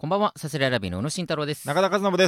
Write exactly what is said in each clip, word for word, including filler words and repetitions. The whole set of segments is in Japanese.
こんばんは、サスレラビの宇野慎太郎です。 中田和信です。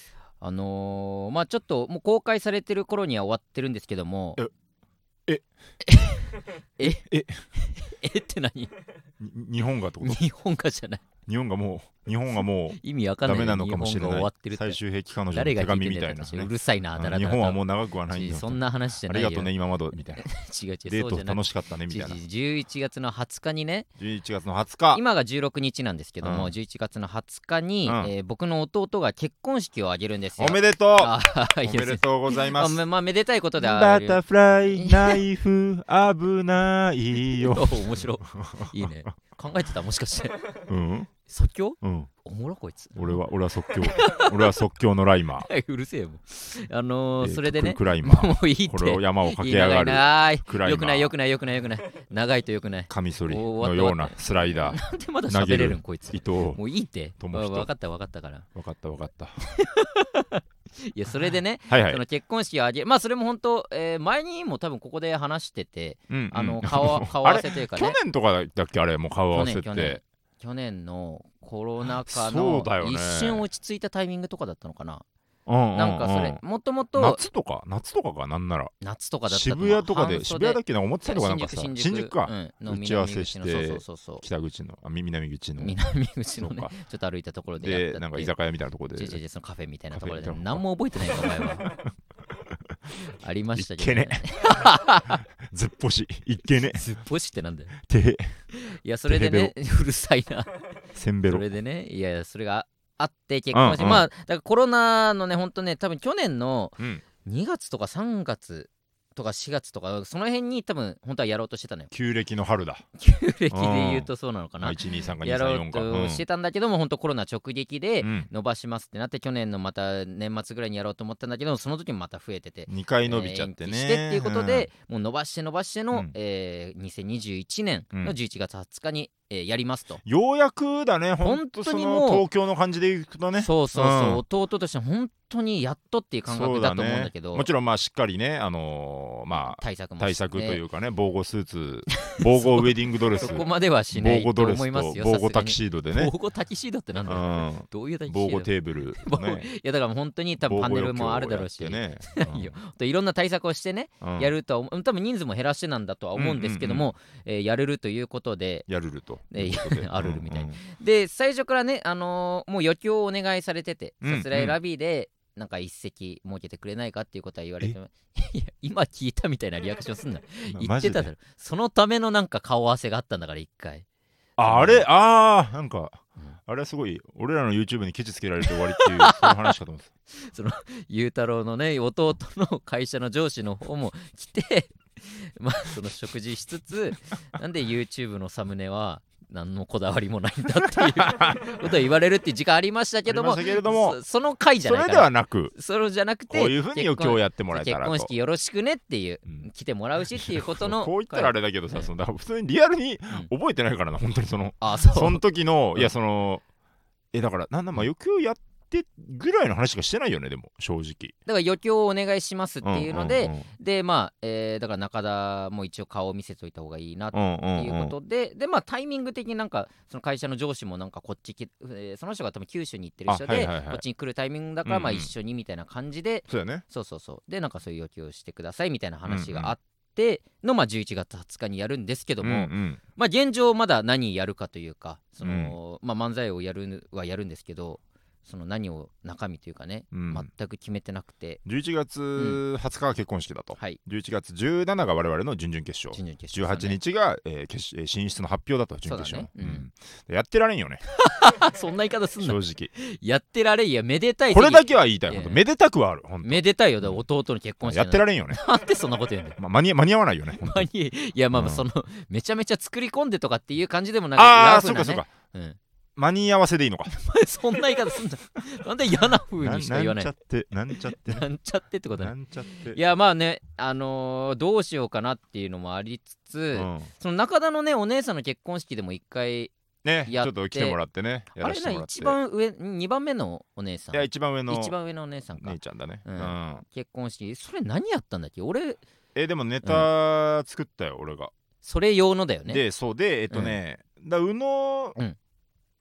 あのー、まあちょっともう公開されてる頃には終わってるんですけども、 えええええって何？ に日本がってこと？ 日本がじゃない。 日本がもう日本がもう意味わかんない。 ダメなのかもしれ日本が終ない。 わってるって最終兵器彼女の誰が聞い手紙てんだよみたいな、ね、 私うるさいな、だらだらと日本はもう長くはないんだよ。 そんな話じゃないよ。 ありがとうね今までみたいな。 違う違う、 デートそうじゃない。 楽しかったねみたいな。 じゅういちがつのはつかにね、 じゅういちがつのはつか、 今がじゅうろくにちなんですけども、 うんじゅういちがつのはつかに、 うんえー僕の弟が結婚式を挙げるんですよ。 おめでとう。 あおめでとうございます。 あまあめでたいことである。 バタフライナイフ危ないよ。 面白い。いいね。考えてたもしかして。 うん即興？ うんおもろこいつ。 俺は俺は即興俺は即興のライマー。 うるせえよ。あのーえーそれでね。 クライマー。 もういいって。 これを山を駆いい長いけ上がるなークライマー。 よくないよくないよくないよくない。長いとよくない。 カミソリおのようなスライダー。 なんでまだ喋れるんこいつ。 糸をもういいって。 友人分かった分かったから。 分かった分かった。 いやそれでね、 はいはいその結婚式を挙げ、まあそれも本当、えー前にも多分ここで話してて、 うんうんあの顔顔合わせというかね。 去年とかだっけあれもう顔合わせって。 去年去年のコロナ禍そのうだよね一瞬落ち着いたタイミングとかだったのかな。 うんうんうん、 なんかそれもともと夏とか夏とかかなんなら夏とかだったと思う。 渋谷とかで半袖渋谷だっけな思ってたのがなんかさ新宿新宿か、 うん、の打ち合わせし南口のてそうそうそう北口のあ南口の南口のねそうかちょっと歩いたところでやったってでなんか居酒屋みたいなところで違う違うそのカフェみたいなところでカフェみたいな何も覚えてないかお前はありましたけどいっけねずっぽしいっけねずっぽしってなんだよ。 ていやそれでねうるさいなせんべろそれでねいやそれがあって結婚して、 うんうんまあだからコロナのねほんとね多分去年のうんにがつとかさんがつとかしがつとかその辺に多分本当はやろうとしてたのよ。 旧暦の春だ。 旧暦で言うとそうなのかな。 いちにさんかやろうにさんよんか、 としてたんだけども、本当コロナ直撃でうん伸ばしますってなって去年のまた年末ぐらいにやろうと思ったんだけどその時もまた増えててにかい伸びちゃってね、 えー延期してっていうことで、もう伸ばして伸ばしての、 うんえーにせんにじゅういちねんのじゅういちがつはつかに、えーやりますと。 ようやくだね本当そ本当にもうの東京の感じでいくとね。 そうそうそう、 うん弟として本当にやっとっていう感覚だと思うんだけど、 ね、もちろんまあしっかりねあのー、まあ対策も対策というかね防護スーツ防護ウェディングドレスそこまではしないと防護ドレス思いますよ。 と防護タキシードでね防護タキシードってなんだよ、 うんどういうタキシード防護テーブルとねいやだから本当に多分パネルもあるだろうし、 防護余興をやってねいやいろんな対策をしてね、 うんやるとは思う多分人数も減らしてなんだとは思うんですけども、えーやれるということでやるるとえいうことであるるみたいなうんうんで最初からね、あのーもう余興をお願いされてて、 うんさすらいラビーでなんか一席設けてくれないかっていうことは言われていや今聞いたみたいなリアクションすんな言マジでってただろ。そのためのなんか顔合わせがあったんだから一回。 ああれあーなんかうんあれはすごい俺らの YouTube にケチつけられて終わりっていうそういう話かと思ってそのゆうたろうのね弟の会社の上司の方も来てまあその食事しつつなんで YouTube のサムネは何のこだわりもないんだっていうことを言われるっていう時間ありましたけどもありましたけれどもそ, その回じゃそれでないからはなくそれじゃなくてこういうふうに余興をやってもらえたらと結婚式よろしくねっていう、 うん来てもらうしっていうことのこう言ったらあれだけどさそのだから普通にリアルにうん覚えてないからな本当にそのあそうその時のうんいやそのえだからなんだまあ余興やってぐらいの話しかしてないよねでも正直だから余興をお願いしますっていうので、 んんんでまあ、えーだから中田も一応顔を見せといた方がいいなってうんうんいうことで、でまあタイミング的になんかその会社の上司もなんかこっちき、えーその人が多分九州に行ってる人で、 あはいはいはいこっちに来るタイミングだからまあうんうん一緒にみたいな感じで、 そうやねそうそうそうでなんかそういう要求をしてくださいみたいな話があっての、まあじゅういちがつはつかにやるんですけども、 うんうんまあ現状まだ何やるかというかその、まあ漫才をやるはやるんですけどその何を中身というかね、 うん全く決めてなくて、 じゅういちがつはつかが結婚式だと、 はいじゅういちがつじゅうしちが我々の準々決勝準々決じゅうはちにちが、えー決えー進出の発表だと準々決勝、 そうだねうんうんやってられんよねそんな言い方すんな正やってられいやめでたい直これだけは言いたいいやほんとめでたくはあるほんとめでたいよだから弟の結婚式やってられんよね、 なんでそんなこと言うんだよま、間に間に合わないよねほんと間にいやまあまあうんその、めちゃめちゃ作り込んでとかっていう感じでもなくああラフなねそうかそうかうん間に合わせでいいのかそんな言い方すんだなんで嫌な風にしか言わないんちゃってなんちゃってなんちゃってってことねなんちゃっていやまあねあのーどうしようかなっていうのもありつつ、 うんその中田のねお姉さんの結婚式でも一回ねちやってょっと来てもらってねやあれならせてもらって一番上にばんめのお姉さんいや一番上の一番上のお姉さんか姉ちゃんだねううんん結婚式それ何やったんだっけ俺えでもネタ作ったよ俺がそれ用のだよねでそうでえっとねだ宇野うん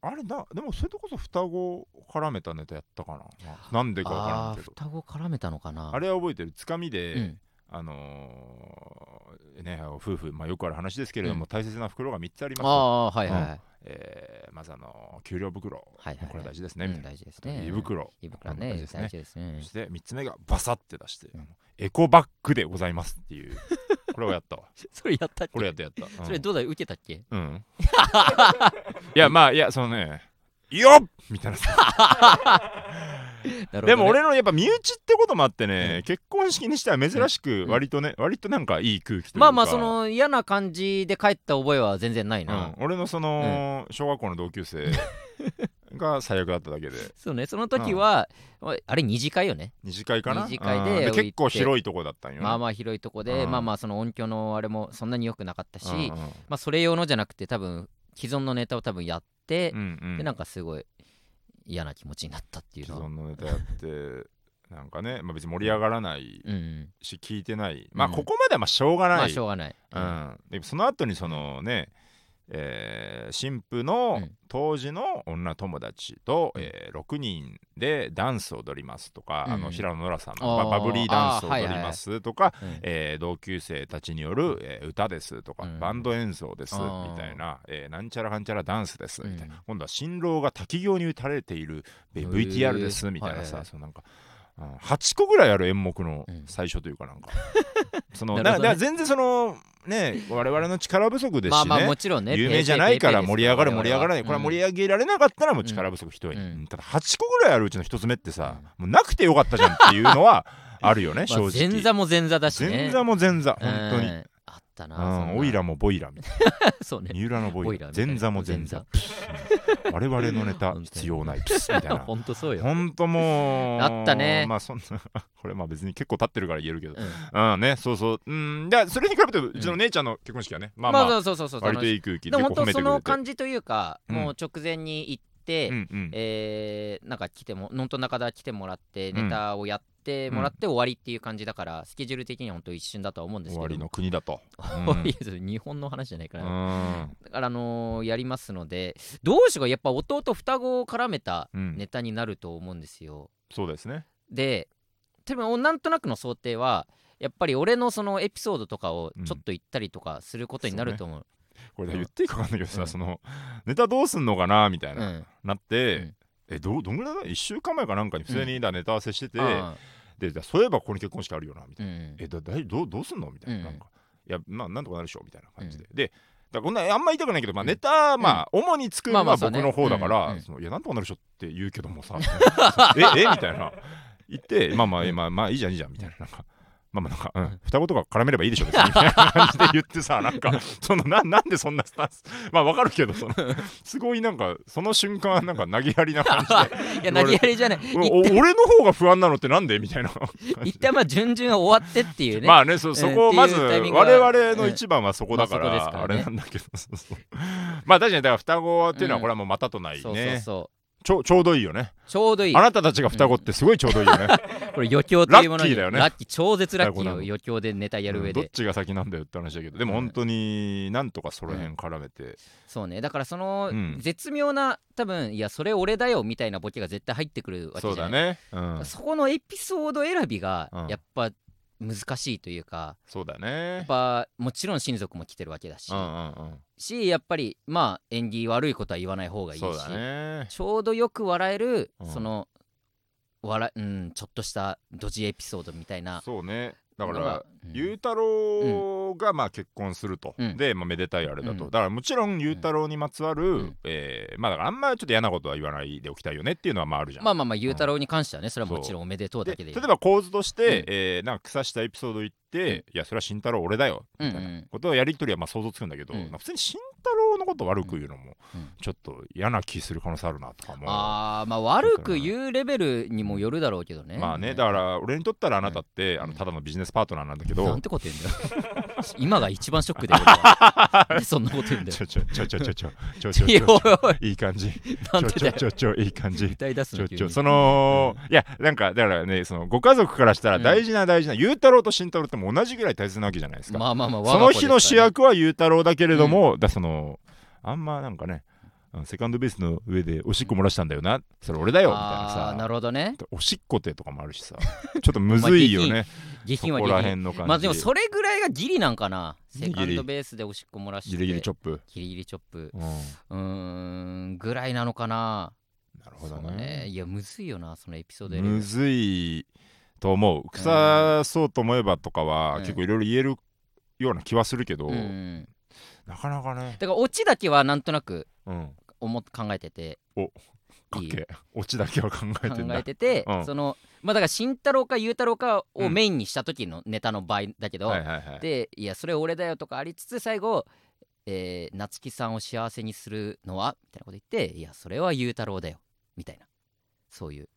あれだ、でもそれとこそ双子絡めたネタやったかな。なんでかわからんけど。 双子絡めたのかな。 あれは覚えてる。つかみで、 うん、 あのー、ね、夫婦、まあ、よくある話ですけれども、うん、大切な袋がみっつありますと。 ああ、はいはい、うん、 えー、まずあの給料袋、 はいはいはい、 これ大事ですね、うん、 大事ですね。 胃袋、 胃袋ね、大事ですね。大事ですね。 そしてみっつめがバサって出して、うん、エコバッグでございますっていうこれをやったわ。 それやったっけ。 これやったやった、 うん、それどうだ、受けたっけ。 うんいやまあいやそのね、よっみたいなね、でも俺のやっぱ身内ってこともあってね、うん、結婚式にしては珍しく割とね、うん、割となんかいい空気というか、 まあまあその嫌な感じで帰った覚えは全然ないな、 うん、俺のその、うん、小学校の同級生が最悪だっただけでそうね、その時は、うん、あれ二次会よね。 二次会かな。 二次会 で, で結構広いとこだったんよね。 まあまあ広いとこで、うん、まあまあその音響のあれもそんなに良くなかったし、うんうん、まあそれ用のじゃなくて多分既存のネタを多分やって、うんうん、でなんかすごい嫌な気持ちになったっていうの。 既存のネタやってなんかね、まあ、別に盛り上がらないし、聞いてない、うん、まあここまではまあしょうがない、まあしょうがない、 うん、でその後にそのね、えー、新婦の当時の女友達と、うん、えー、ろくにんでダンスを踊りますとか、うん、あの平野ノラさんの バ, バブリーダンスを踊りますとか、はいはい、えー、同級生たちによる、えー、歌ですとか、うん、バンド演奏ですみたいな、えー、なんちゃらかんちゃらダンスですみたいな、うん、今度は新郎が滝行に打たれている ブイティーアール ですみたいなさ、はいはい、そうなんかはちこぐらいある演目の最初というかなんか、うん、そのだから全然そのね我々の力不足ですしね、まあまあもちろんね、有名じゃないから盛り上がる盛り上がらない、これは盛り上げられなかったらもう力不足ひどい、うん、ただはちこぐらいあるうちのひとつめってさ、うん、もうなくてよかったじゃんっていうのはあるよね正直。 前座も前座だしね。 前座も前座本当にあったな、 オイラもボイラみたいなそうね、三浦のボイラ前座も前座我々のネタ必要ないみたいな本当そうよ。 本当もうあったね。 まあそんなこれまあ別に結構経ってるから言えるけど、うん、うん、ね、そうそう、うん、でそれに比べてうちの姉ちゃんの結婚式はね、うん、まあまあ、まあ、そうそうそうそう、割といい空気で結構褒めてくれて、でも本当その感じというか、うん、もう直前に行って、うんうん、えー、なんか来てものんと中田来てもらってネタをやって、うん、もらって終わりっていう感じだから、スケジュール的には本当一瞬だとは思うんですけど、 終わりの国だと、 うん、日本の話じゃないかな、うん、だからあのー、やりますので、どうしようか、やっぱ弟双子を絡めたネタになると思うんですよ、 うん、そうですね。 で多分なんとなくの想定はやっぱり俺のそのエピソードとかをちょっと言ったりとかすることになると思う、うん、 これ言っていいか分かんないけどさ、うん、そのネタどうすんのかなみたいな、うん、なって、うん、え ど, どんぐらいだいっしゅうかんまえかなんかに普通にだネタ合わせしてて、うん、でそういえばここに結婚式あるよなみたいな、うん、えだだどうどうすんのみたいな、うん、なんかいやまあなんとかなるでしょみたいな感じで、うん、でだこんなあんま言いたくないけど、まあ、ネタ、うん、まあ主に作るのは僕の方だから、そのいやなんとかなるでしょって言うけどもさええみたいな言ってまあまあ、まあ、まあいいじゃんいいじゃんみたいな、なんかまあまあなんか、うん、双子とか絡めればいいでしょ別にみたいな感じで言ってさ、なんかその な, なんでそんなスタンスまあわかるけど、そのすごいなんかその瞬間なんか投げやりな感じでいや投げやりじゃない俺の方が不安なのってなんでみたいな一旦まあ順々終わってっていうねまあね そ, そこをまず我々の一番はそこだから、うんまあからね、あれなんだけどそうそうまあ確かにだから双子っていうのはこれはもうまたとないね、うん、そうそうそうち ょ, ちょうどいいよね。 ちょうどいい。 あなたたちが双子ってすごいちょうどいいよね。 これ余興っていうものにラッキーだよね。 ラッキー超絶ラッキーよ。余興でネタやる上で、 うん、どっちが先なんだよって話だけど、でも本当になんとかその辺絡めて、うん、 そうね。だからその、うん、絶妙な多分いやそれ俺だよみたいなボケが絶対入ってくるわけじゃない。そうだね。うん、そこのエピソード選びがやっぱ難しいというか、 そうだね。 やっぱもちろん親族も来てるわけだし、 うんうんうん、 しやっぱりまあ縁起悪いことは言わない方がいいし、 そうだね、 ちょうどよく笑える、うん、その笑、うん、ちょっとしたドジエピソードみたいな。 そうね。だからゆうたろうがまあ結婚すると、うん、で、まあ、めでたいあれだと、うん、だからもちろんゆうたろうにまつわる、うんえー、まあだからあんまちょっと嫌なことは言わないでおきたいよねっていうのはまああるじゃん。 まあまあまあゆうたろうに関してはね、それはもちろんおめでとうだけでいい。 例えば構図として、うんえー、なんか腐したエピソード言って、うん、いやそれは慎太郎俺だよみたいなことをやり取りはまあ想像つくんだけど、うん、普通に慎太郎のこと悪く言うのもちょっと嫌な気する可能性あるなとかも、 ああまあ悪く言うレベルにもよるだろうけどね。 まあね、だから俺にとったらあなたって、うん、あのただのビジネスパートナーなんだけど、 なんてこと言うんだよ今が一番ショックでなんでそんなこと言うんだよ。 ちょちょちょちょちょちょちょちょちょいい感じちょちょちょちょいい感じ歌い出すの急にその、うん、いやなんかだからね、そのご家族からしたら大事な大事な、うん、ゆうたろうと慎太郎っても同じぐらい大切なわけじゃないですか。 まあまあまあその日の主役はゆうたろうだけれども、うん、だそのあんまなんかねセカンドベースの上でおしっこ漏らしたんだよな、それ俺だよみたいなさ。 あーなるほどね。 おしっこ手とかもあるしさ、ちょっとむずいよね下品はそこら下品。 辺の感じ。 まあでもそれぐらいがギリなんかな。セカンギリドベースでおしっこ漏らしてギリギリチョップ、 ギリギリチョップうん、 うーんぐらいなのかな。 なるほどそうね。 ね。 いやむずいよなそのエピソードやるむずいと思う。腐そうと思えばとかは、 うん結構いろいろ言えるような気はするけど、 うんなかなかね。 だからオチだけはなんとなくうん思っ考えててかっけえオチだけは考えてんだ。 考えてて、 うんそのまあだから慎太郎か裕太郎かをメインにした時のネタの場合だけど、 はいはいはい。 でいやそれ俺だよとかありつつ最後、えー、夏木さんを幸せにするのはみたいなこと言っていやそれは裕太郎だよみたいなそういう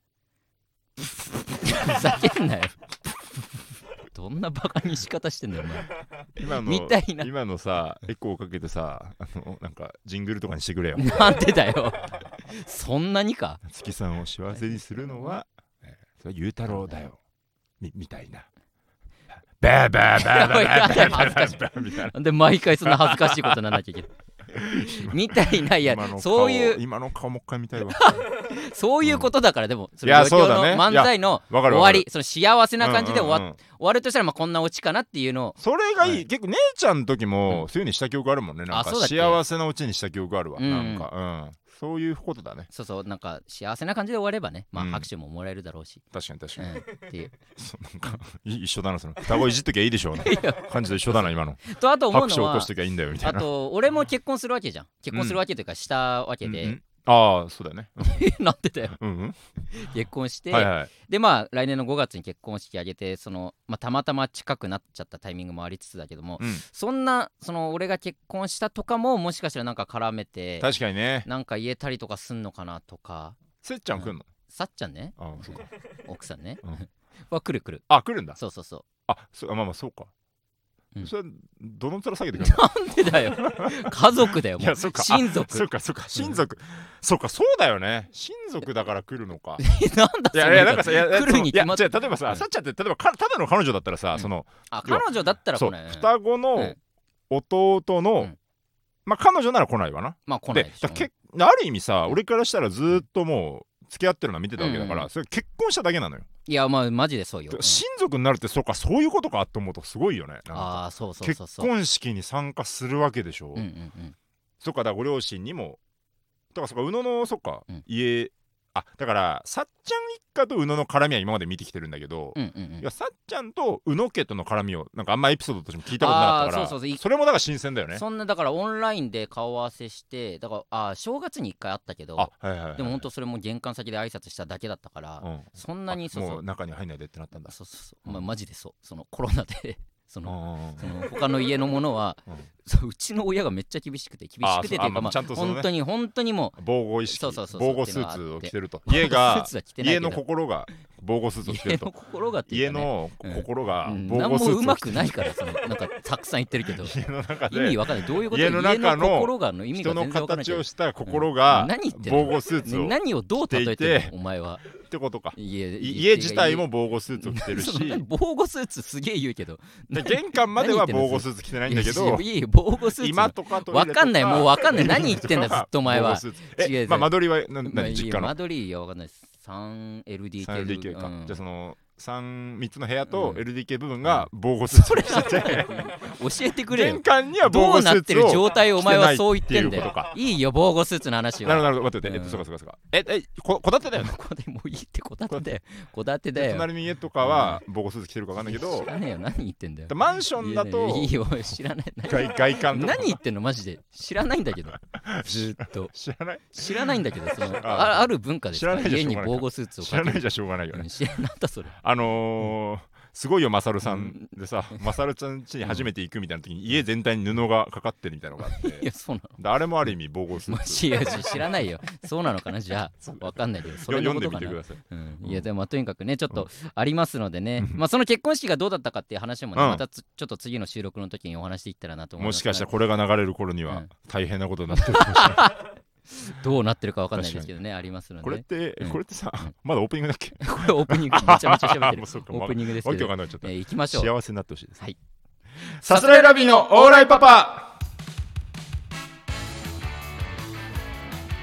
ふざけんなよどんなバカに仕方してんだよお前今のみたいな今のさエコーかけてさ、あのなんかジングルとかにしてくれよ。 なんでだよそんなにか夏木さんを幸せにするのは、えーそれは裕太郎だよみみたいな。バーバーバーバーバーバーバーバーバーみたいな。 なんで毎回そんな恥ずかしいことなんなきゃいけないみたいないや今の顔そういう今の顔もう一回見たいわ。 そういうことだから、でもそのいや余興のそうだね漫才のわかるわかる終わりその幸せな感じで終わ,、 うんうんうん終わるとしたらまあこんなオチかなっていうのをそれがいい、 はい結構姉ちゃんの時も、 うんそういう風にした記憶あるもんね。なんかあそうだっけ幸せなうちにした記憶あるわ、 うんなんか、うん、そういうことだね。 そうそうなんか幸せな感じで終わればねまあうん拍手ももらえるだろうし、 確かに確かに、 うん、っていうそうなんかい一緒だな、その双子いじっときゃいいでしょうな感じと一緒だな今の。 とあと思う拍手のは起こしときゃいいんだよみたいあな。 と俺も結婚するわけじゃん結婚するわけというかしたわけで、 うんうん、ああそうだよね。 なってたようんうん、 結婚して、 はいはい。 でまあ来年のごがつに結婚式挙げてその、まあ、たまたま近くなっちゃったタイミングもありつつだけども、 うん、 そんなその俺が結婚したとかももしかしたらなんか絡めて確かにね。 なんか言えたりとかすんのかなとかせっちゃん来んの、 さっちゃんねああそうか。 奥さんね、 うんは来る来るあ来るんだ。 そうそうそうあそうあまあまあそうか。 うんそれはどの面下げてくるのなんでだよ家族だよもういやそうか親族そうかそうか親族、そうかそうだよね。親族だから来るのか。 なんだそいやいやなんかさいや来るに決まっいや違う例えばさ、 うんさっちゃんって例えばかただの彼女だったらさ、 うんそのあ彼女だったらそう来ない双子のうん弟の、 うんまあ彼女なら来ないわな。 まあ来ないででしょだけある意味さ、俺からしたらずーっともう付き合ってるのは見てたわけだから、 うんそれ結婚しただけなのよ。 いやまあマジでそうよ、うん親族になるってそうかそういうことかって思うとすごいよね。なんかああそうそうそう結そう婚式に参加するわけでしょ、 うんうんうんそっかだからご両親にもだからそっか宇野のそっか、 うん家あだからさっちゃん一家と宇野の絡みは今まで見てきてるんだけど、 うんうんうんいやさっちゃんと宇野家との絡みをなんかあんまエピソードとしても聞いたことなかったから、 あーそうそうそういそれもだから新鮮だよね。 そんなだからオンラインで顔合わせしてだからあー正月にいっかいあったけどあはいはい、はい、 でも本当それも玄関先で挨拶しただけだったから、 うん、 そんなにそうそうもう中に入んないでってなったんだ。 そうそうそう、まあ、マジでそうそのコロナでそうんのうんうんその他の家のものはうんそううちの親がめっちゃ厳しくて厳しくてっていうあそうあかまあまあちゃんとそのね本当に本当にも防護意識そうそうそうそう防護スーツを着てるとう家がスーツは着てない家けどの心が防護スーツを着て家のると心がっていうか、ね、 家のうん心がうん防何もう護スーツを着てるまくないからそのなんかたくさん言ってるけど家の中意味でわかんないどういうこと家の中の心がの意味が人の全然わかんないけど形をした心がうん何言ってんの防護スーツをね何をどう例えて着ていてるのお前はってことか家い家自体も防護スーツを着てるしその防護スーツすげえ言うけどで玄関までは防護スーツ着てないんだけどいやいい防護スーツ今とかトイレとわかんないもうわかんない何言ってんだずっとお前は防護スーツ違う違うえまあ間取りはなまあ何実家のいいよ間取りいやわかんないです スリーエルディーケースリーエルディーケー か、 うんじゃあその三三つの部屋とうんエルディーケー 部分が防護スーツを着てて、 教えてくれよ玄関には防ど護うなってるスーツを状態をお前はそう言ってんだよ着てないっていうことかいいよ防護スーツの話はなるほどなるほど待って待って、 うんえっとそうかそうかそうかええこ戸建てだよねここでもういいってこたてだよこたてだよ隣の家とかは防護スーツ着てるかわかんないけど知らねえよ何言ってんだよマンションだといいよ知らない外外観とか何言ってんのマジで知らないんだけどずーっと知らない知らないんだけどそのああある文化ですから知らないじゃ家にしょうがない防護スーツを知らないじじゃしょうがないよね、 知らなんだそれあのーすごいよマサルさんでさ、マサルちゃん家に初めて行くみたいな時に家全体に布がかかってるみたいなのがあっていやそうなのであれもある意味防護スーマツジや知らないよそうなのかなじゃあわかんないけどそれの読んことかなでみてください。 うん、いやでもまあとにかくねちょっとありますのでね、 うんまあその結婚式がどうだったかっていう話もね、 うんまたつちょっと次の収録の時にお話できたらなと思いますもしかしたらこれが流れる頃にはうん大変なことになってるかもしれない。 どうなってるかわかんないですけどねありますのでこれって、 うんこれってさ、 うんまだオープニングだっけ？ これオープニングめちゃめちゃ喋ってるもうそうかオープニングですわけど、 けわかんないちゃったえ。ー、行きましょう幸せになってほしいです。 はいさすらいラビーのオーライパパ。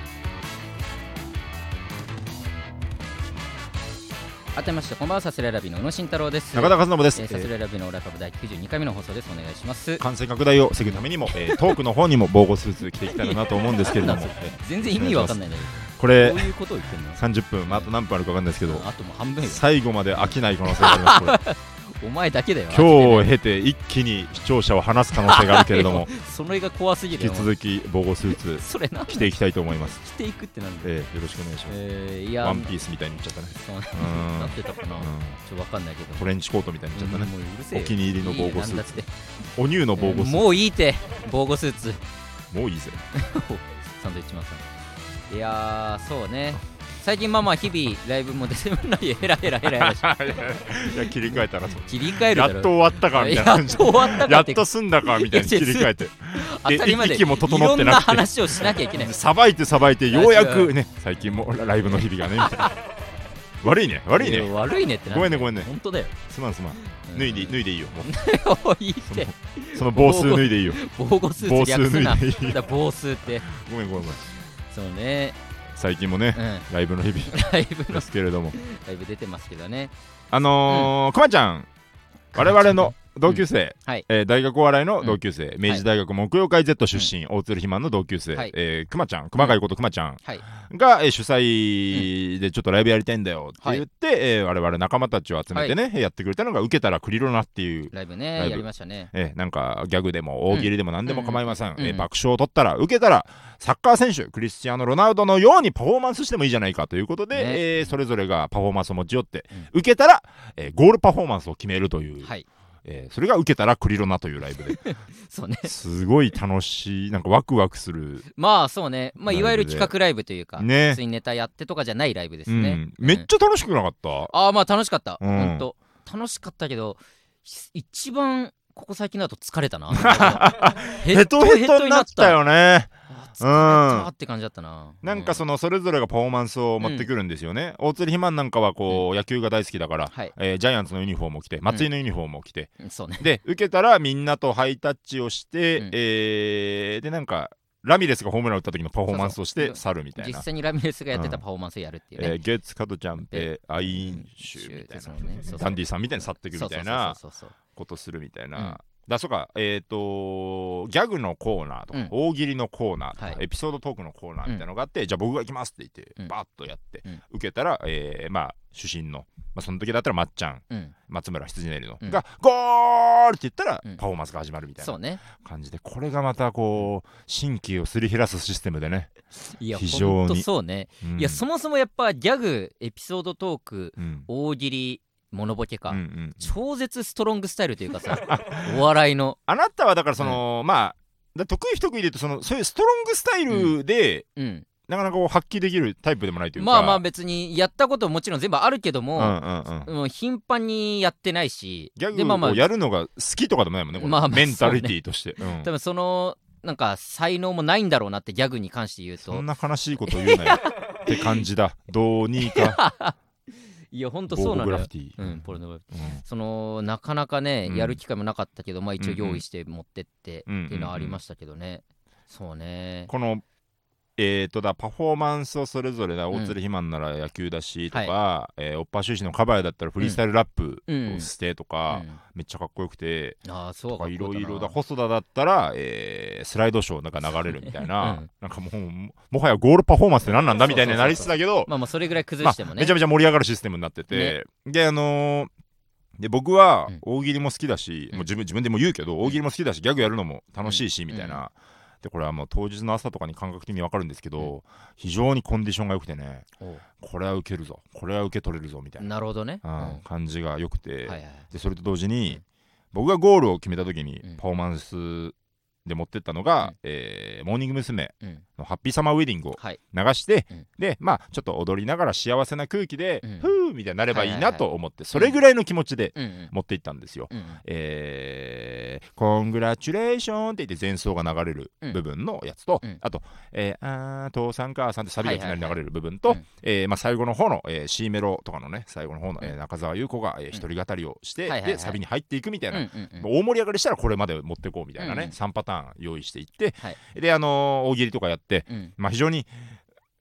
改めましてこんばんは、さすらいラビの宇野慎太郎です。 中田和信です。 えー、さすらいラビのオラカブ第きゅうじゅうにかいめの放送です。お願いします。 感染拡大を防ぐためにも、えー、トークの方にも防護スーツ着ていきたいなと思うんですけれども全然意味わかんないんだけど、 これどういうことを言ってんの。 さんじゅっぷん、まあ、あと何分あるかわかんないですけど、 あともう半分よ。 最後まで飽きない可能性がありますこれお前だけだよ。 今日を経て一気に視聴者を離す可能性があるけれどもそれが怖すぎるよ。 引き続き防護スーツそれな着ていきたいと思います。 着ていくってなんだよ、 えー、よろしくお願いします。 えー、いやワンピースみたいに言っちゃったね。 そううんなってたかな、 うんちょっとわかんないけど、 トレンチコートみたいに言っちゃったね、 うんもううるせえよ。 お気に入りの防護スーツいいなんだってお乳の防護スーツ、 もういいって防護スーツもういいぜサンドイッチマンさん。いやーそうね、最近まあまあ日々ライブも出てないヘラヘラヘラヘラしいや切り替えたらそう切り替えるだろ。 やっと終わったかみたいなやっ感じと終わったかやっってと済んだかみたいに切り替えて当たり前で息も整いろんなってなくて話をしなきゃいけない。 さばいてさばいてようやくね最近もライブの日々がねみたいな悪いね悪いねや悪いねってなんだよ。 ごめんねごめんね本当だよ。 すまんすまんうん脱いで脱いでいいよもういいってその防水脱いでいいよ防護スー防水ツ略すな。 脱いでいいよだ防水ってごめんごめんごめんそうね、 最近もねうんライブの日々 ライブのですけれどもライブ出てますけどね。 あのーくまちゃん我々の同級生、 うんはいえー大学お笑いの同級生、明治大学木曜会 Z 出身、大鶴肥満の同級生、 はいえーくまちゃん熊谷ことくまちゃんはいが、えー主催でちょっとライブやりたいんだよって言って、 はいえー我々仲間たちを集めてね、やってくれたのが受けたらクリロナっていうライブライブねやりましたね。 えーなんかギャグでも大喜利でも何でも構いません、 うんうんえー爆笑を取ったら受けたらサッカー選手クリスチアーノ・ロナウドのようにパフォーマンスしてもいいじゃないかということで、 ねえーそれぞれがパフォーマンスを持ち寄って、 うん受けたら、えーゴールパフォーマンスを決めるという、 はいえーそれが受けたらクリロナというライブでそうねすごい楽しいなんかワクワクする、 まあそうね、まあいわゆる企画ライブというか、 ね普通にネタやってとかじゃないライブですね。 うん、めっちゃ楽しくなかった、 ああまあ楽しかった、 うんほんと楽しかったけど一番ここ最近だと疲れたなヘトヘトになったよね。 あ疲れたって感じだったな。 なんかそのそれぞれがパフォーマンスを持ってくるんですよね、大鶴肥満なんかはこう、野球が大好きだから、 はいえージャイアンツのユニフォームを着て松井のユニフォームを着て、 うんそうねで受けたらみんなとハイタッチをして、 うんえーでなんかラミレスがホームランを打った時のパフォーマンスをしてそうそう去るみたいな。 実際にラミレスがやってたパフォーマンスをやるっていうね、 えーゲッツカトジャンペアインシュみたいな、 そうねそうそうダンディさんみたいに去っていくみたいなそうそうそうそうことするみたいな、 うんだそうかえっ、とギャグのコーナーとか、 うん大喜利のコーナーとか、 はいエピソードトークのコーナーみたいなのがあって、じゃあ僕が行きますって言って、 うんバーッとやって、 うん受けたら、えーまあ主審の、まあ、その時だったらまっちゃんうん松村羊ねりの、 うんがゴールって言ったら、 うんパフォーマンスが始まるみたいなそうね感じで、これがまたこう神経をすり減らすシステムでね、 いや非常にほんとそうね、 うんいやそもそもやっぱギャグエピソードトークうん大喜利モノボケか、 うんうん超絶ストロングスタイルというかさお笑いのあなたはだからその、まあだ得意不得意で言うとそのそういうストロングスタイルで、 うんなかなかこう発揮できるタイプでもないというか、 まあまあ別にやったことももちろん全部あるけども、 うんうんうん、 もう頻繁にやってないしギャでまあまあグをやるのが好きとかでもないもんね、これまあまあメンタリティとして、うん多分そのなんか才能もないんだろうなってギャグに関して言うとそんな悲しいこと言うなよって感じだ。どうにかいやほんとボーゴそうなのよグラフィティ、 うんポルノグラフィティうんそのなかなかね、 うんやる機会もなかったけどまあ一応うんうん用意して持ってってっていうのはありましたけどね、そうねこのえーとだパフォーマンスをそれぞれだ、 ん大鶴肥満なら野球だしとか、 はえーおっぱしゅうしのカバヤだったらフリースタイルラップうんをしてとか、 うんめっちゃかっこよくて、 ああそうとかいろいろだ、 かっこよかったな細田だったら、えースライドショーなんか流れるみたいな、 うんなんかもうももはやゴールパフォーマンスって何なんだみたいになりつつだけど、 まあまあそれぐらい崩まあしてもね、 めちゃめちゃ盛り上がるシステムになってて、であのーで僕はうん大喜利も好きだし、 うんもう自分自分でも言うけど大喜利も好きだしギャグやるのも楽しいし、 うんみたいな、でこれはもう当日の朝とかに感覚的に分かるんですけど、 うん非常にコンディションが良くてね、 おうこれは受けるぞこれは受け取れるぞみたいな、 なるほどね、 ううんんは感じが良くて、 いはいでそれと同時に、 うん僕がゴールを決めた時にうんパフォーマンスで持ってったのが、 うんえーモーニング娘。 うんのハッピーサマーウェディングをはい流して、 うんでまあちょっと踊りながら幸せな空気で、 うんふーみたいになればいいはいはいはいなと思って、それぐらいの気持ちでうんうん持っていったんですよ。 うんえー、コングラチュレーションって言って前奏が流れる部分のやつと、 うんあと、えー、あー父さん母さんってサビがいきなり流れる部分とはいはいはい、 えーまあ、最後の方の、えー、C メロとかのね最後の方の、 うんえー中澤優子が、えー、一人語りをして、 はいはいはいでサビに入っていくみたいな、 うんうんうんもう大盛り上がりしたらこれまで持ってこうみたいなね、 うんさんパターン用意していって、 はいであのー大喜利とかやって、 うんまあ、非常に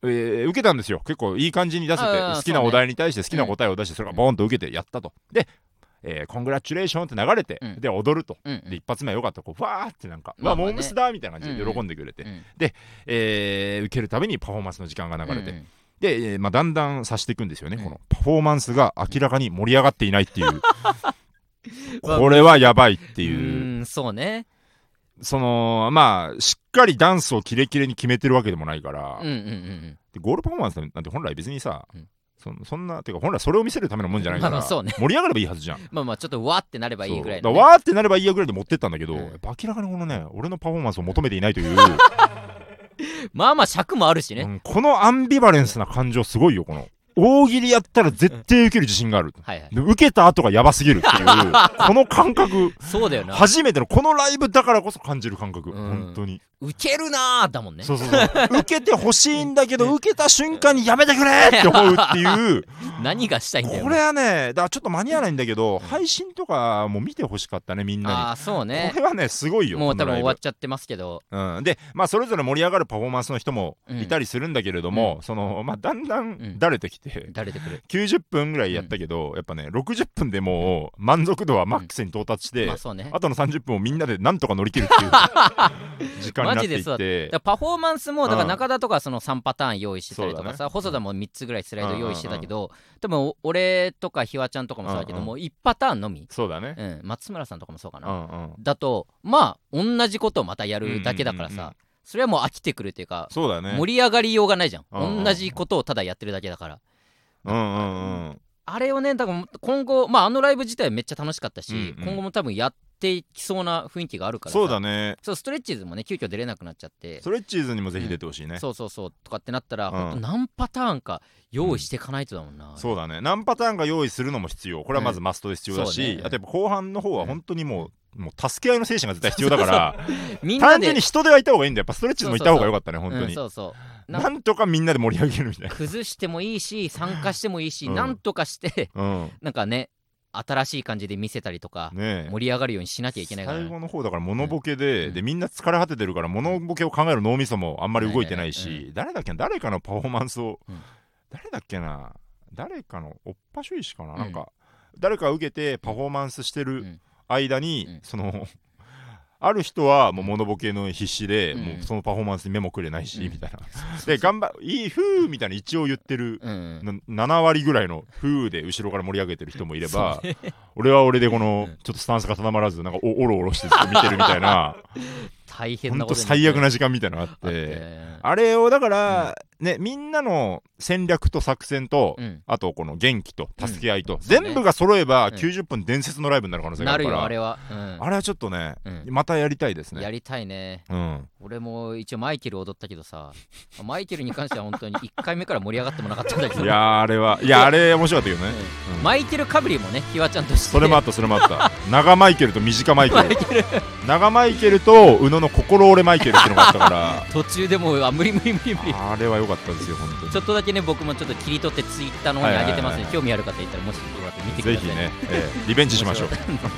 えー受けたんですよ。結構いい感じに出せて、 あー好きなお題に対して好きな答えを出して、それがボーンと受けてやったと。で、えーコングラチュレーションって流れて、 うんで踊ると。 うんうんで一発目はよかった、こうファーってなんか、 まあまあねうわモームスだみたいな感じで喜んでくれて、 うんえー受けるたびにパフォーマンスの時間が流れて、 うんうんで、えーまあ、だんだんさしていくんですよね、 うんこのパフォーマンスが明らかに盛り上がっていないっていうまあこれはやばいってういう、 ーんそうねそのまあしっかりダンスをキレキレに決めてるわけでもないから、 うんうんうんでゴールパフォーマンスなんて本来別にさ、 うんそそんなてか本来それを見せるためのもんじゃないから、 まあまあそうね盛り上がればいいはずじゃん。 まあまあちょっとわーってなればいいぐらいの、 そうだね、 からわーってなればいいやぐらいで持ってったんだけど、 うんやっぱ明らかにこのね俺のパフォーマンスを求めていないという、 まあまあ尺もあるしね、 うんこのアンビバレンスな感情すごいよ。この大喜利やったら絶対受ける自信がある、 はいはいで受けた後がやばすぎるっていうこの感覚そうだよな初めてのこのライブだからこそ感じる感覚、 うん本当にウケるなーだもんねそうそうそう受けてほしいんだけど受けた瞬間にやめてくれって思うっていう何がしたいんだよこれはねだからちょっと間に合わないんだけど配信とかも見てほしかったねみんなに。 ああそうねこれはねすごいよもう多分このライブ終わっちゃってますけどうん、で、まあ、それぞれ盛り上がるパフォーマンスの人もいたりするんだけれども、そのまあ、だんだんだれてきて、 誰でくるきゅうじゅっぷんぐらいやったけど、やっぱねろくじゅっぷんでもう満足度はマックスに到達して、 まあそうねあとのさんじゅっぷんをみんなでなんとか乗り切るっていう時間になっていっマジでそうだてだからパフォーマンスもだからうん中田とかそのさんパターン用意してたりとかさ、 そうだね細田もみっつぐらいスライド用意してたけど、多分お俺とかひわちゃんとかもそうだけど、 うんうんもういちパターンのみ、 そうだね、 うん、松村さんとかもそうかな、 うんうん、 だとまあ同じことをまたやるだけだからさ、 うんうんうんうんそれはもう飽きてくるっていうかそうだね盛り上がりようがないじゃん、 うんうんうん同じことをただやってるだけだから、 うんうんうんあれをねだから今後まああのライブ自体めっちゃ楽しかったし、 うんうん今後も多分やっていきそうな雰囲気があるからさそうだねそうストレッチーズもね急遽出れなくなっちゃってストレッチーズにもぜひ出てほしいね、 そうそうそうとかってなったら、 うんほんと何パターンか用意していかないとだもんな、 そうだね何パターンか用意するのも必要これはまずマストで必要だし、 うんそうねあとやっぱ後半の方は本当にもう、もう助け合いの精神が絶対必要だからみんなで単純に人手はいた方がいいんだよ。やっぱストレッチーズもいた方が良かったね本当に、 うん、そうそうななんとかみんなで盛り上げるみたいな、 崩してもいいし参加してもいいし、 うんなんとかしてうんなんかね新しい感じで見せたりとか、 ねえ盛り上がるようにしなきゃいけないから、 最後の方だからモノボケで、 うんでみんな疲れ果ててるからモノボケを考える脳みそもあんまり動いてないし、 ないないない誰だっけな誰かのパフォーマンスを、 うん誰だっけな誰かのおっぱしょいしかな、 うんなんか誰か受けてパフォーマンスしてるうん間に、 うんそのある人はもうモノボケの必死で、 うんもうそのパフォーマンスに目もくれないし、 うんみたいなで頑張いいふーみたいな一応言ってる、 うんなな割ぐらいのふーで後ろから盛り上げてる人もいれば、 そうね俺は俺でこのうんちょっとスタンスが定まらずなんかおおろおろしてずっと見てるみたいな大変ほなんことになって最悪な時間みたいなのがあっあっててあれをだから、ねみんなの戦略と作戦と、 うんあとこの元気と助け合いと、 そうね全部が揃えばうんきゅうじゅっぷん伝説のライブになる可能性があなるるから、 よあれは、うんあれはちょっとね、 うんまたやりたいですね。 やりたいねうん、 俺も一応マイケル踊ったけどさマイケルに関しては本当にいっかいめから盛り上がってもなかったんだけどいやーあれはいやあれ面白かったけどね、うんうんマイケルかぶりもねひわちゃんとしてそれもあったそれもあった長マイケルと短マイケルマイケル長マイケルと宇野の心折れマイケルっていうのがあったか途中でもうあ無理無理無理無理らあれは良かったですよ本当にちょっとだけね僕もちょっと切り取ってツイッターの方に上げてますので、 はいはいはいはい興味ある方いたらもしよかったら見てくださいぜひね、えーリベンジしましょう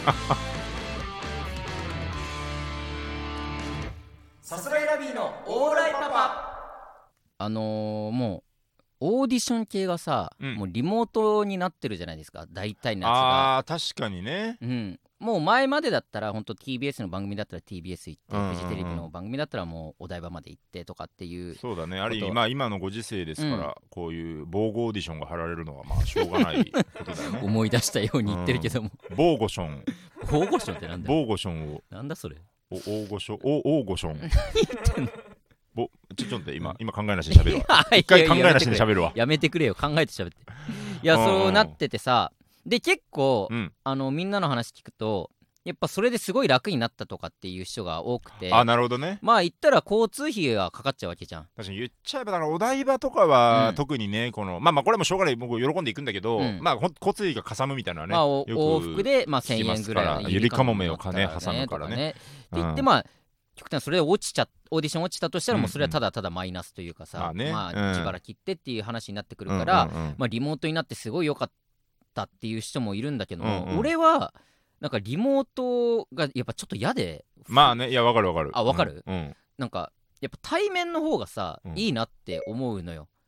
さすらいラビーのオーライパパあのー、もうオーディション系がさ、 うんもうリモートになってるじゃないですか大体のやつがあー確かにねうんもう前までだったら本当 ティービーエス の番組だったら ティービーエス 行って、 うんうんうんフジテレビの番組だったらもうお台場まで行ってとかっていうそうだねある意こと味まあ今のご時世ですから、こういう防護オーディションが貼られるのはまあしょうがないことだよね思い出したように言ってるけども、 防護ション大御所ってなんだよ防護ションをなんだそれお大御所お大御所ぼちょちょっと待って今今考えなしに喋るわ一回考えなしに喋るわやめてくれよ考えて喋っていやうんそうなっててさで結構、 うんあのみんなの話聞くとやっぱそれですごい楽になったとかっていう人が多くてあなるほどねまあ言ったら交通費がかかっちゃうわけじゃん確かに言っちゃえばだからお台場とかは、 うん特にねこのまあまあこれもしょうがない僕喜んでいくんだけど、 うんまあほん交通費がかさむみたいなのはね、 まあおよく往復でまあ1000 聞きま円ぐらいすからゆりかもめを金挟むからねとかって言ってうんまあ極端にそれで落ちちゃオーディション落ちたとしたらうんもうそれはただただマイナスというかさ、 まあねまあうん自腹切ってっていう話になってくるから、 うんうんうんまあリモートになってすごい良かったっていう人もいるんだけども、 うんうん俺はなんかリモートがやっぱちょっと嫌でまあねいやわかるわかるあわかるうん、うんなんかやっぱ対面の方がさ、 うんいいなって思うのよ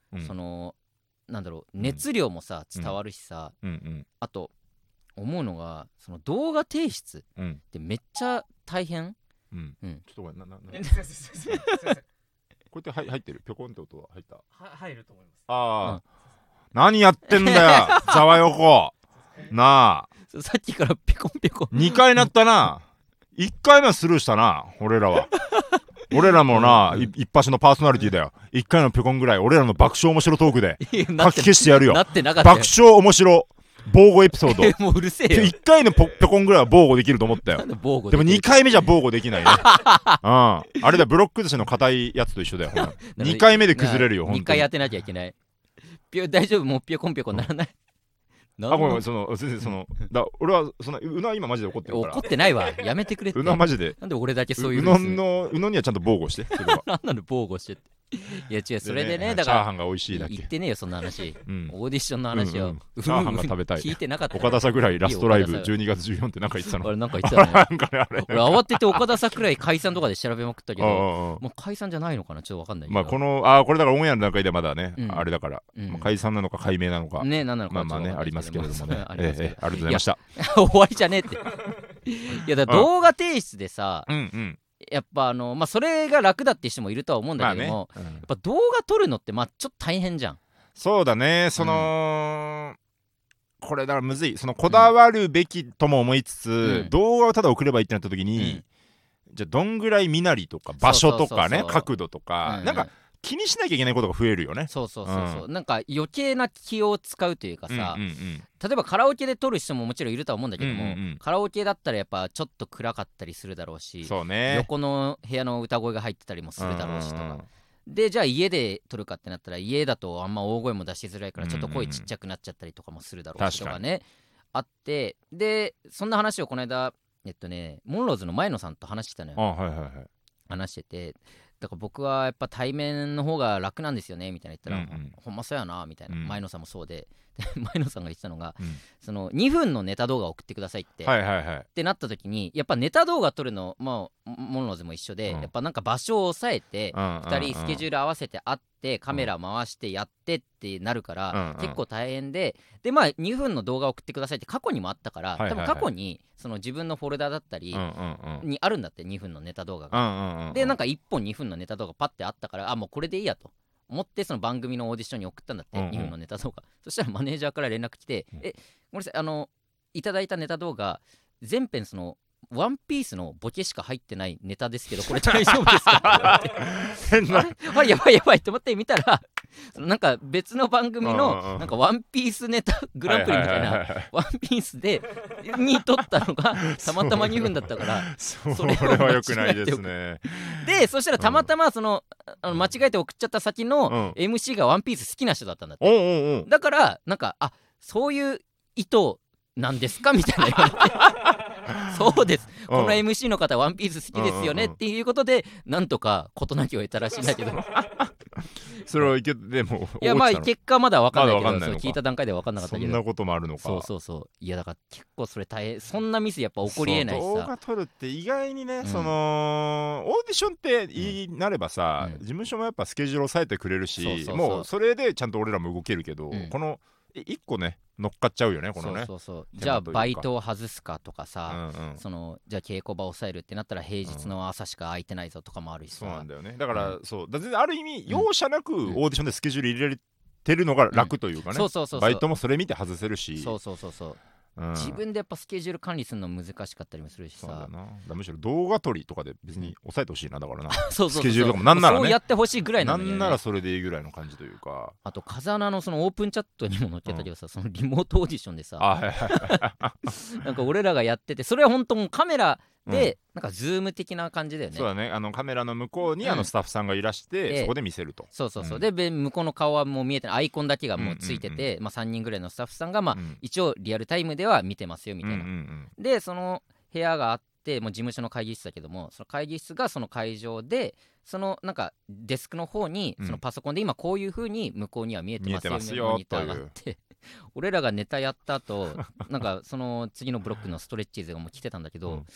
うん、 そのなんだろう熱量もさ伝わるしさ、 うんうん、 あと思うのがその動画提出うん、 ってめっちゃ大変、 うんうん、 ちょっとごめんなななえすいませんすいませんすいませんこうやって入入ってるピョコンって音は入った。 は入ると思います。 ああ、 うん何やってんだよざわよこなあそうさっきからピコンピコンにかいなったないっかいめはスルーしたな俺らは俺らもな、 うんい一発のパーソナリティだよ。いっかいのピョコンぐらい俺らの爆笑面白トークでいや書きなって消してやるよ。 なってなかったよ爆笑面白防護エピソードもううるせえよいっかいのポピョコンぐらいは防護できると思ったよ。 なんで防護でもきるにかいめじゃ防護できないねうんあれだよブロック寿司の硬いやつと一緒だよほんまにかいめで崩れるよほんにとに。 かい当てなきゃいけないピョ大丈夫もうピョコンピョコンならないあごめんごめんその全然そのだ俺はそのうな今マジで怒ってるから怒ってないわやめてくれってうなマジでなんで俺だけそういううののうのにはちゃんと防護してそれはなんなの防護してっていや違うそれでねねだからチャーハンが美味しいだけ言ってねえよそんな話うんオーディションの話をうんうんチャーハンが食べたい聞いてなかった岡田桜井ラストライブいい岡田じゅうにがつじゅうよっかってなんか言ってたのあれなんか言ってたねなんかねあれ俺慌てて岡田桜井解散とかで調べまくったけどああああもう解散じゃないのかなちょっとわかんないけどまあこのあこれだからオンエアの段階でまだねうんあれだからうんまあ解散なのか解明なのかねなんなのかまあまあねありますけれどもねありますけどええええありがとうございました終わりじゃねえっていやだから動画提出でさうんうんやっぱあのまあそれが楽だっていう人もいるとは思うんだけども、 まあねうんやっぱ動画撮るのってまあちょっと大変じゃんそうだねそのこれだからむずいそのこだわるべきとも思いつつ、 うん動画をただ送ればいいってなった時に、 うんじゃあどんぐらい身なりとか場所とかねそうそうそうそう角度とか、 うんなんか気にしなきゃいけないことが増えるよね。 そうそうそうそう、なんか余計な気を使うというかさ、 うんうんうん例えばカラオケで撮る人ももちろんいるとは思うんだけども、 うんうんうんカラオケだったらやっぱちょっと暗かったりするだろうしそうね横の部屋の歌声が入ってたりもするだろうしとか、 うんうんうんでじゃあ家で撮るかってなったら家だとあんま大声も出しづらいからちょっと声ちっちゃくなっちゃったりとかもするだろうしとかね、あってでそんな話をこの間えっとねモンローズの前野さんと話してたのよ。 あはいはいはい話しててだから僕はやっぱ対面の方が楽なんですよねみたいな言ったら、 うんうんほんまそうやなみたいな、 うん前野さんもそうでで前野さんが言ってたのが、 うんそのにふんのネタ動画を送ってくださいって、 はいはいはいってなった時にやっぱネタ動画撮るのまあモンローズも一緒で、 うんやっぱなんか場所を抑えて、 うんふたりスケジューール合わせて会ってカメラ回してやってってなるから、 うんうん結構大変ででまあにふんの動画を送ってくださいって過去にもあったから、 はいはいはい多分過去にその自分のフォルダだったりうんうんうんにあるんだってにふんのネタ動画が。 うんうんうんでなんかいっぽんにふんのネタ動画パッてあったからあもうこれでいいやと思ってその番組のオーディションに送ったんだって、 うんうんにふんのネタ動画そしたらマネージャーから連絡来て、 うんえごめんなさいあのいただいたネタ動画全編そのワンピースのボケしか入ってないネタですけどこれ大丈夫ですか変なあれやばいやばいと思って見たらそのなんか別の番組うんうんうんのなんかワンピースネタグランプリみたいなははははワンピースでに撮ったのがたまたまにふんだったからそそれれをは良くないですねでそしたらたまたまその,、あの間違えて送っちゃった先うんの エムシー がワンピース好きな人だったんだって、 おんおんおんだからなんかあそういう意図なんですかみたいな言われてそうですこの エムシー の方ワンピース好きですよねっていうことでなんとか事なきを得たらしいんだけどそれはいけでもいやまあ落ちたの結果まだ分かんないけど、 まだ分かんないのかそう聞いた段階では分かんなかったけどそんなこともあるのかそうそうそういやだから結構それ大変そんなミスやっぱ起こりえないしそう動さ画撮るって意外にね、 んそのオーディションって言いなればさ、 うん事務所もやっぱスケジュール抑えてくれるしそうそうそうもうそれでちゃんと俺らも動けるけど、 うんこのい一個ね乗っかっちゃうよねこのねそうそうそう手間じゃあというかバイトを外すかとかさ、 うんうんそのじゃあ稽古場を抑えるってなったら平日の朝しか空いてないぞとかもあるしさ、 そうなんだよねだから、 うそうだ全然ある意味容赦なくオんーディションでスケジュール入れてるのが楽というかね、 そうそうそうそうバイトもそれ見て外せるしそうそうそうそう、 うん自分でやっぱスケジュール管理するの難しかったりもするしさそうだなだからむしろ動画撮りとかで別に抑えてほしいなだからなそうそうそうスケジュールとかもなんならねそうやってほしいぐらいななのに、ね、 んならそれでいいぐらいの感じというかあと風穴のそのオープンチャットにも載っけたけどさ、そのリモートオーディションでさあはいはいはいなんか俺らがやっててそれは本当もうカメラで、なんかズーム的な感じだよねそうだねあのカメラの向こうに、 うんあのスタッフさんがいらして、 でそこで見せるとそうそうそう、 うんでべ向こうの顔はもう見えてないアイコンだけがもうついてて、まあ、さんにんぐらいのスタッフさんが、まあうん一応リアルタイムでは見てますよみたいな、 うんうんでその部屋があってもう事務所の会議室だけどもその会議室がその会場でそのなんかデスクの方にうんそのパソコンで今こういう風に向こうには見えてますよ見えてますよモニターがあって俺らがネタやった後なんかその次のブロックのストレッチーズがもう来てたんだけど、 うん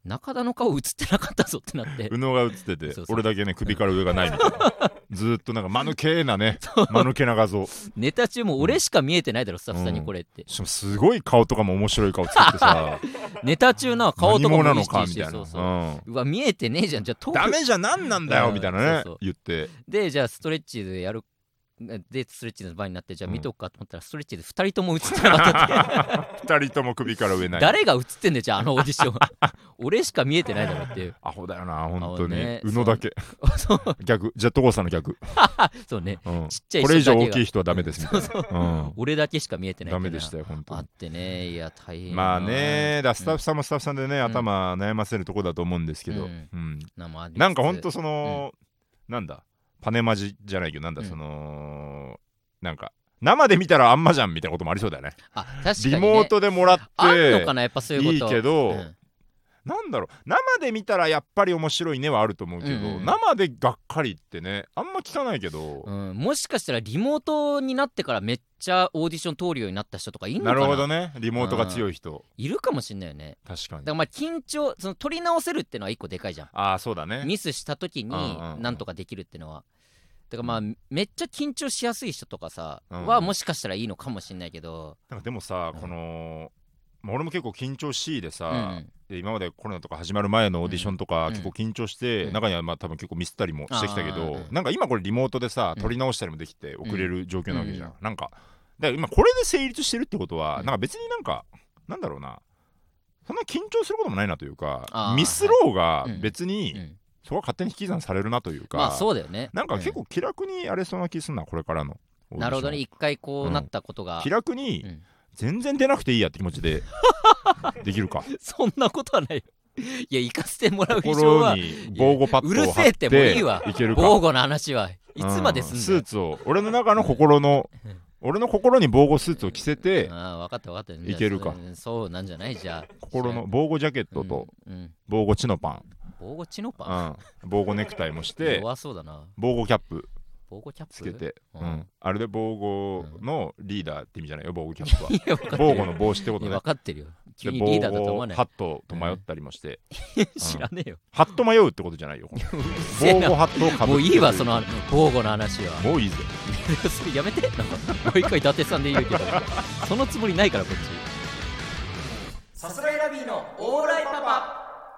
中田の顔映ってなかったぞってなって宇野が映っててそうそう俺だけね首から上がないみたいなずーっとなんか間抜けなね間抜けな画像ネタ中も俺しか見えてないだろスタッフさんにこれって、 しかもすごい顔とかも面白い顔作ってさネタ中な顔とかも何者なの意識してかみたいなそうそう、 うんうわ見えてねえじゃんじゃあトークダメじゃん何なんだよみたいなねそうそう言ってでじゃあストレッチーズやるでストレッチーズの場になってじゃあ見とくかと思ったら、ストレッチーズふたりとも映ってなかったってふたりとも首から上ない誰が映ってんだよじゃああのオーディション俺しか見えてないだろっていうアホだよな本当に、 ね宇野だけそう逆ジェットコースターの逆、 そうねうん、 ちっちゃいこれ以上人だけが大きい人はダメですみたいなそうそううん俺だけしか見えてないダメでしたよ本当にあってねいや大変まあねだスタッフフさんもスタッフさんでね、頭悩ませるとこだと思うんですけど、 うんうんななんかほんとその、なんだパネマジじゃないけどなんだ、 うんそのなんか生で見たらあんまじゃんみたいなこともありそうだよねあ確かに、ね、 リモートでもらっあんのてかなやっぱそういうこといいけど、 うんなんだろう生で見たらやっぱり面白いねはあると思うけど、 うんうん生でがっかりってねあんま聞かないけど、 うん、もしかしたらリモートになってからめっちゃオーディション通るようになった人とかいんのかななるほどねリモートが強い人いるかもしんないよね確かにだからまあ緊張その取り直せるってのは一個でかいじゃんああそうだねミスした時にうんうんうんなんとかできるってのはだからまあめっちゃ緊張しやすい人とかさ、 うんはもしかしたらいいのかもしんないけど、 なんかでもさ、 うんこの、まあ、俺も結構緊張しいでさ、 うんで今までコロナとか始まる前のオーディションとかうん結構緊張して、 うん中にはまあ多分結構ミスったりもしてきたけど、 あーうんなんか今これリモートでさうん撮り直したりもできて送れる状況なわけじゃん、 うんなんかだから今これで成立してるってことは、 うんなんか別になんかなんだろうなそんな緊張することもないなというかあーミスろうがはい別に、 うんそこは勝手に引き算されるなというか、 まあそうだよねなんか結構気楽にやれそうな気すんなこれからのオーディションなるほどね一回こうなったことが、 気楽に、 うん全然出なくていいやって気持ちでできるかそんなことはないよいや行かせてもらう以上心はに防護パッドを貼うるせえってもういいわいけるか防護の話はいつまですんだようんスーツを俺の中の心の俺の心に防護スーツを着せてああ分かった分かったいけるかじゃあそうそうなんじゃないじゃあ心の防護ジャケットとうん、うん、 防護チノパン、 防護チノパン、 うん、防護ネクタイもして弱そうだな防護キャップ防護キャップつけて、 ううんん、あれで防護のリーダーって意味じゃないよ防護キャップはいや分かってる防護の帽子ってこといやね分かってるよ急でにリーダーだと思わない防護ハットと迷ったりもして、 知らねえよハット迷うってことじゃないようるせえな防護ハットをかぶってもういいわその防護の話はもういいぜそれやめてなんかもう一回伊達さんで言うけどそのつもりないからこっちさすらいラビーのオーライパパ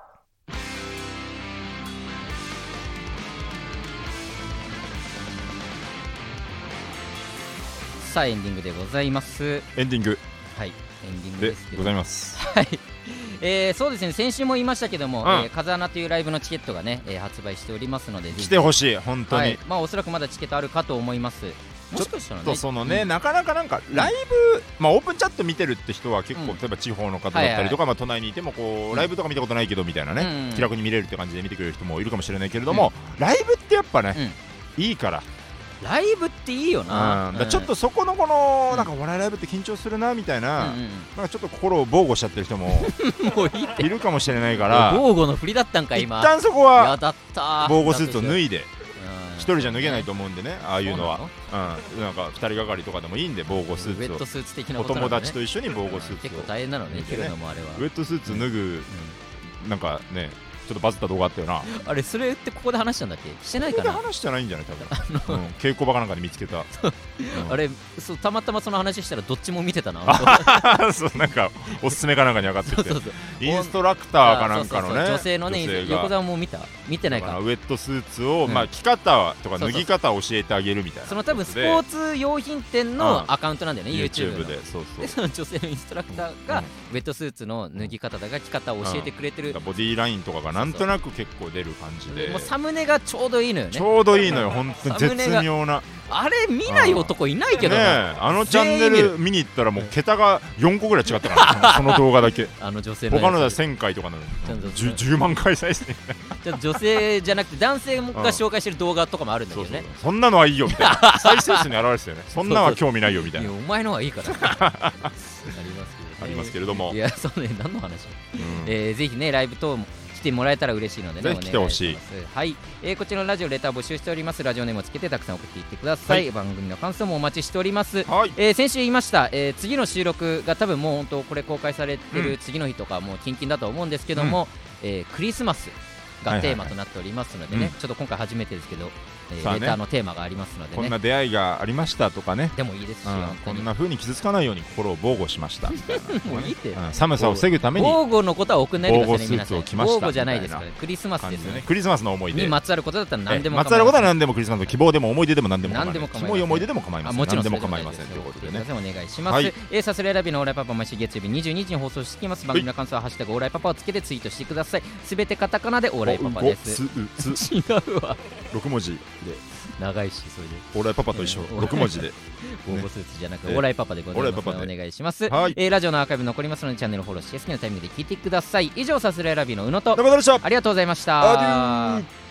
さあエンディングでございますエンディングはいエンディングでですけどございますはい、えー、そうですね先週も言いましたけども、 うんえー風穴というライブのチケットがね、えー発売しておりますのでぜひ来てほしい本当に、 はい、まあおそらくまだチケットあるかと思いますもしかしたらねとそのね、 うんなかなかなんかライブ、まあオープンチャット見てるって人は結構、 うん例えば地方の方だったりとか、まあ都内にいてもこう、 うんライブとか見たことないけどみたいなね、 うん気楽に見れるって感じで見てくれる人もいるかもしれないけれども、ライブってやっぱね、いいから、 ライブっていいよな、 うんだからちょっとそこのこの、 うんなんかお笑いライブって緊張するなみたいな、 うんうんなんかちょっと心を防護しちゃってる人もうんもういいっているかもしれないから防護の振りだったんか一今旦そこやはだった防護スーツを脱いいで一人じゃ脱げないと思うんでね、ああいうのはうん、なんかふたりがかりとかでもいいんで防護スウェッーツをトスーツ的なおことなのね友達と一緒に防護スーツを結構大変なのね着るのもあれはウェットスーツ脱ぐ、なんかねちょっとバズった動画あったよなあれそれってここで話したんだっけしてないここでかな話してないんじゃない多分、うん、稽古場かなんかで見つけた、うんあれそうたまたまその話したらどっちも見てたなそうなんかおすすめかなんかに上がってきてそうそうそうインストラクターかなんかのねそうそうそう女性のね女性が横澤も見た見てないかだからウェットスーツを、 うんまあ着方とかそうそう脱ぎ方を教えてあげるみたいなその多分スポーツ用品店のうんアカウントなんだよね YouTube の YouTube でそうそうでその女性のインストラクターがウェットスーツの脱ぎ方だが着方を教えてくれてるだからボディーラインとかがなんとなく結構出る感じでもうサムネがちょうどいいのよねちょうどいいのよ本当に絶サムネが妙なあれ見ない男いないけどねなえあのチャンネ全員見るル見に行ったらもう桁がよんこぐらい違ったからその動画だけあの女性のやつ他のではせんかいとかなのちゃんとにじゅじゅうまんかい再生ちょっと女性じゃなくて男性が紹介してる動画とかもあるんだけそうそうどねそんなのはいいよみたいな再生数に表れてたよねそんなのは興味ないよみたいないやお前のはいいからありますけどねありますけれどもいやそうね何の話うんえーぜひねライブ等も来てもらえたら嬉しいのでね、 ぜひ来てほしいお願します。はい、えーこちらのラジオレター募集しております。ラジオネームをつけてたくさん送っていってください、 はい番組の感想もお待ちしております。 はいえー先週言いました、えー次の収録が多分もう本当これ公開されてる次の日とかもうキンキンだと思うんですけども、えークリスマスがテーマとなっておりますのでね、 はいはいはいうんちょっと今回初めてですけど、えーさあねレターのテーマがありますのでね、 こんな出会いがありましたとかね、 でもいいですし、 うん本当にこんな風に傷つかないように心を防護しましたみたいなもういいって、 うん寒さを防ぐために防護のことは送んないでくださいね、皆さん。 防護スーツを着ました防護じゃないですからみたいクリスマス感じですねでねクリスマスの思い出にまつわることだったら何でもまつわることは何でもクリスマスの希望でも思い出でも何でも構いません。 何でも構いませんキモい思い出でも構いません。 あもちろん何でも構いませんということでね。 お願いします、 はいえー、さすらいラビのオーライパパ毎週月曜日にじゅうにじに放送してきます。番組の感想はハッシュタグオーライパパをつけてツイートしてください。すべてカタカナでオーライパパです。 おうつ違うわろく文字で長いしそれでオーライパパと一緒うんろく文字で応募スーツじゃなくえオーライパパでございますのオーライパパででお願いします、 はいえーラジオのアーカイブ残りますのでチャンネルフォローして好きなタイミングで聞いてください。以上さすらいラビの宇野と中田でした。 ありがとうございました。 アデュー